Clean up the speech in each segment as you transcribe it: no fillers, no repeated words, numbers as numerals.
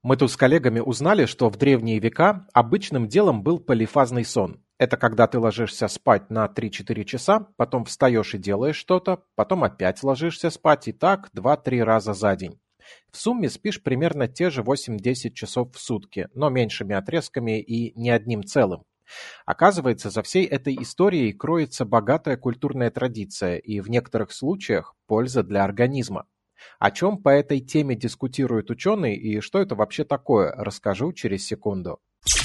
Мы тут с коллегами узнали, что в древние века обычным делом был полифазный сон. Это когда ты ложишься спать на 3-4 часа, потом встаешь и делаешь что-то, потом опять ложишься спать и так 2-3 раза за день. В сумме спишь примерно те же 8-10 часов в сутки, но меньшими отрезками и не одним целым. Оказывается, за всей этой историей кроется богатая культурная традиция и в некоторых случаях польза для организма. О чем по этой теме дискутируют ученые и что это вообще такое, расскажу через секунду.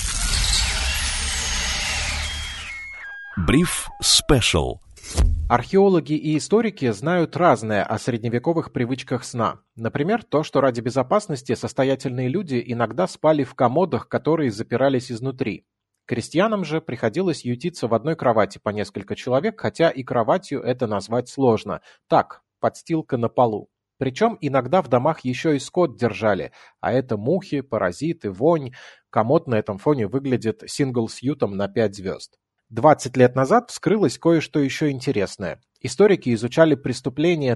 Бриф Спешл. Археологи и историки знают разное о средневековых привычках сна. Например, то, что ради безопасности состоятельные люди иногда спали в комодах, которые запирались изнутри. Крестьянам же приходилось ютиться в одной кровати по несколько человек, хотя и кроватью это назвать сложно. Так, подстилка на полу. Причем иногда в домах еще и скот держали, а это мухи, паразиты, вонь. Комод на этом фоне выглядит сингл-сьютом на 5 звезд. 20 лет назад вскрылось кое-что еще интересное. Историки изучали преступление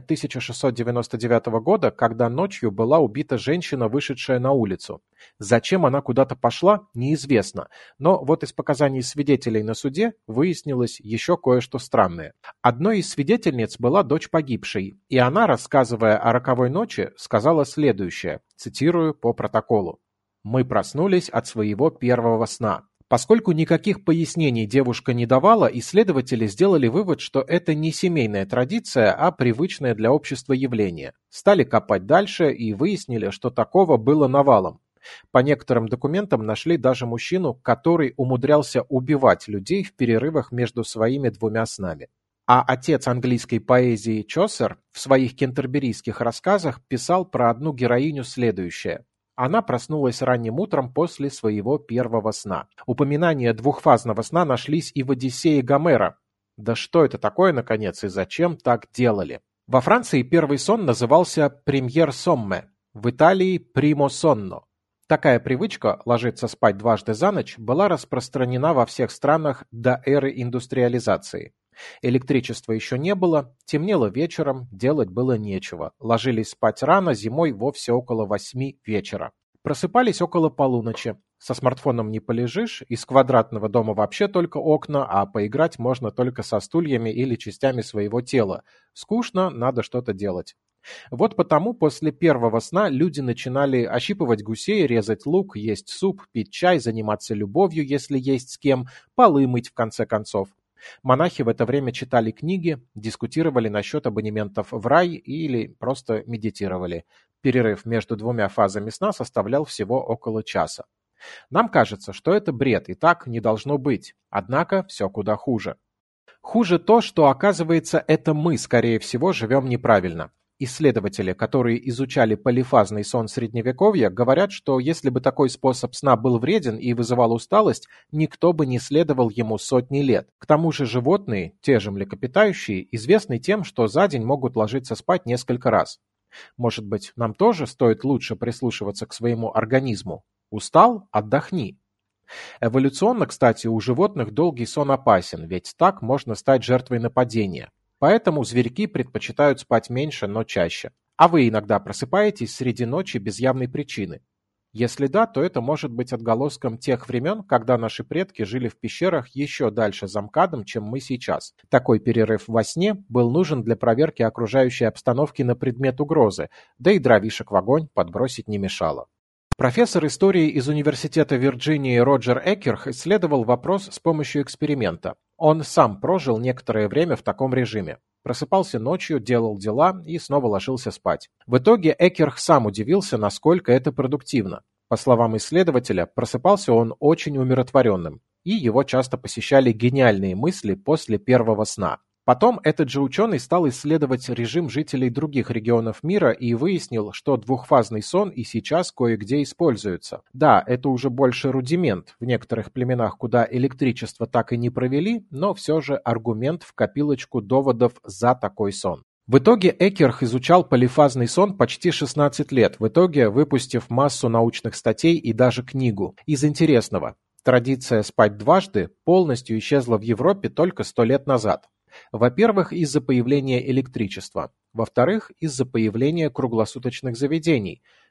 1699 года, когда ночью была убита женщина, вышедшая на улицу. Зачем она куда-то пошла, неизвестно, но вот из показаний свидетелей на суде выяснилось еще кое-что странное. Одной из свидетельниц была дочь погибшей, и она, рассказывая о роковой ночи, сказала следующее, цитирую по протоколу. «Мы проснулись от своего первого сна». Поскольку никаких пояснений девушка не давала, исследователи сделали вывод, что это не семейная традиция, а привычное для общества явление. Стали копать дальше и выяснили, что такого было навалом. По некоторым документам нашли даже мужчину, который умудрялся убивать людей в перерывах между своими двумя снами. А отец английской поэзии Чосер в своих кентерберийских рассказах писал про одну героиню следующее. Она проснулась ранним утром после своего первого сна. Упоминания двухфазного сна нашлись и в «Одиссее» Гомера. Да что это такое, наконец, и зачем так делали? Во Франции первый сон назывался «премьер сомме», в Италии «примо сонно». Такая привычка ложиться спать дважды за ночь была распространена во всех странах до эры индустриализации. Электричества еще не было, темнело вечером, делать было нечего. Ложились спать рано, зимой вовсе около 8 вечера. Просыпались около полуночи. Со смартфоном не полежишь, из квадратного дома вообще только окна, а поиграть можно только со стульями или частями своего тела. Скучно, надо что-то делать. Вот потому после первого сна люди начинали ощипывать гусей, резать лук, есть суп, пить чай, заниматься любовью, если есть с кем, полы мыть в конце концов. Монахи в это время читали книги, дискутировали насчет абонементов в рай или просто медитировали. Перерыв между двумя фазами сна составлял всего около часа. Нам кажется, что это бред и так не должно быть, однако все куда хуже. Хуже то, что, оказывается, это мы, скорее всего, живем неправильно. Исследователи, которые изучали полифазный сон Средневековья, говорят, что если бы такой способ сна был вреден и вызывал усталость, никто бы не следовал ему сотни лет. К тому же животные, те же млекопитающие, известны тем, что за день могут ложиться спать несколько раз. Может быть, нам тоже стоит лучше прислушиваться к своему организму? Устал? Отдохни. Эволюционно, кстати, у животных долгий сон опасен, ведь так можно стать жертвой нападения. Поэтому зверьки предпочитают спать меньше, но чаще. А вы иногда просыпаетесь среди ночи без явной причины? Если да, то это может быть отголоском тех времен, когда наши предки жили в пещерах еще дальше за МКАДом, чем мы сейчас. Такой перерыв во сне был нужен для проверки окружающей обстановки на предмет угрозы, да и дровишек в огонь подбросить не мешало. Профессор истории из Университета Вирджинии Роджер Эккерх исследовал вопрос с помощью эксперимента. Он сам прожил некоторое время в таком режиме. Просыпался ночью, делал дела и снова ложился спать. В итоге Эккерх сам удивился, насколько это продуктивно. По словам исследователя, просыпался он очень умиротворенным, и его часто посещали гениальные мысли после первого сна. Потом этот же ученый стал исследовать режим жителей других регионов мира и выяснил, что двухфазный сон и сейчас кое-где используется. Да, это уже больше рудимент в некоторых племенах, куда электричество так и не провели, но все же аргумент в копилочку доводов за такой сон. В итоге Эккерх изучал полифазный сон почти 16 лет, в итоге выпустив массу научных статей и даже книгу. Из интересного. Традиция спать дважды полностью исчезла в Европе только 100 лет назад. Во-первых, из-за появления электричества. Во-вторых, из-за появления круглосуточных заведений.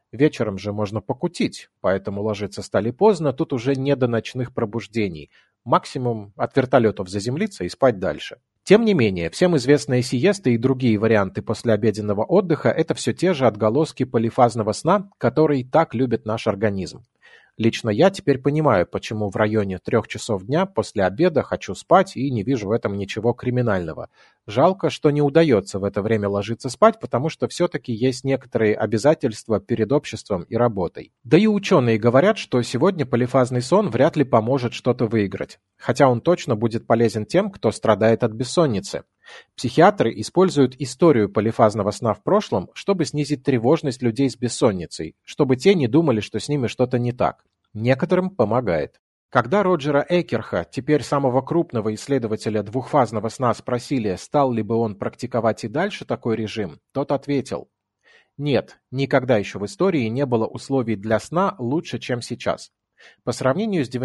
Вечером же можно покутить, поэтому ложиться стали поздно, тут уже не до ночных пробуждений. Максимум от вертолетов заземлиться и спать дальше. Тем не менее, всем известные сиесты и другие варианты послеобеденного отдыха – это все те же отголоски полифазного сна, который так любит наш организм. Лично я теперь понимаю, почему в районе 3 часов дня после обеда хочу спать и не вижу в этом ничего криминального. Жалко, что не удается в это время ложиться спать, потому что все-таки есть некоторые обязательства перед обществом и работой. Да и ученые говорят, что сегодня полифазный сон вряд ли поможет что-то выиграть, хотя он точно будет полезен тем, кто страдает от бессонницы. Психиатры используют историю полифазного сна в прошлом, чтобы снизить тревожность людей с бессонницей, чтобы те не думали, что с ними что-то не так. Некоторым помогает. Когда Роджера Экерха, теперь самого крупного исследователя двухфазного сна, спросили, стал ли бы он практиковать и дальше такой режим, тот ответил: «Нет, никогда еще в истории не было условий для сна лучше, чем сейчас. По сравнению с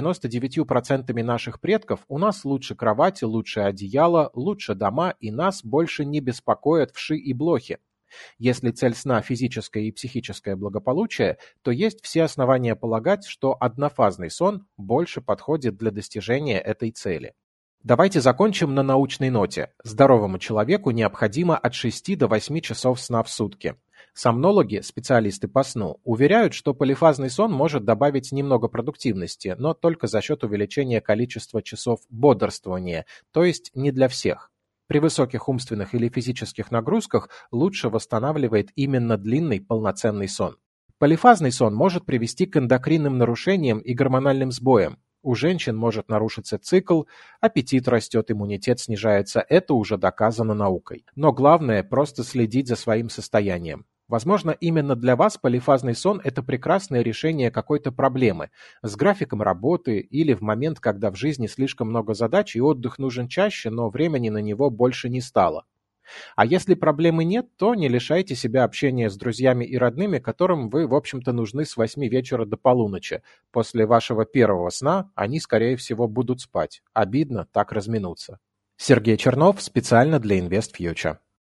99% наших предков, у нас лучше кровати, лучше одеяло, лучше дома, и нас больше не беспокоят вши и блохи. Если цель сна – физическое и психическое благополучие, то есть все основания полагать, что однофазный сон больше подходит для достижения этой цели». Давайте закончим на научной ноте. Здоровому человеку необходимо от 6 до 8 часов сна в сутки. Сомнологи, специалисты по сну, уверяют, что полифазный сон может добавить немного продуктивности, но только за счет увеличения количества часов бодрствования, то есть не для всех. При высоких умственных или физических нагрузках лучше восстанавливает именно длинный полноценный сон. Полифазный сон может привести к эндокринным нарушениям и гормональным сбоям. У женщин может нарушиться цикл, аппетит растет, иммунитет снижается, это уже доказано наукой. Но главное – просто следить за своим состоянием. Возможно, именно для вас полифазный сон – это прекрасное решение какой-то проблемы с графиком работы или в момент, когда в жизни слишком много задач и отдых нужен чаще, но времени на него больше не стало. А если проблемы нет, то не лишайте себя общения с друзьями и родными, которым вы, в общем-то, нужны с 8 вечера до полуночи. После вашего первого сна они, скорее всего, будут спать. Обидно так разминуться. Сергей Чернов специально для InvestFuture.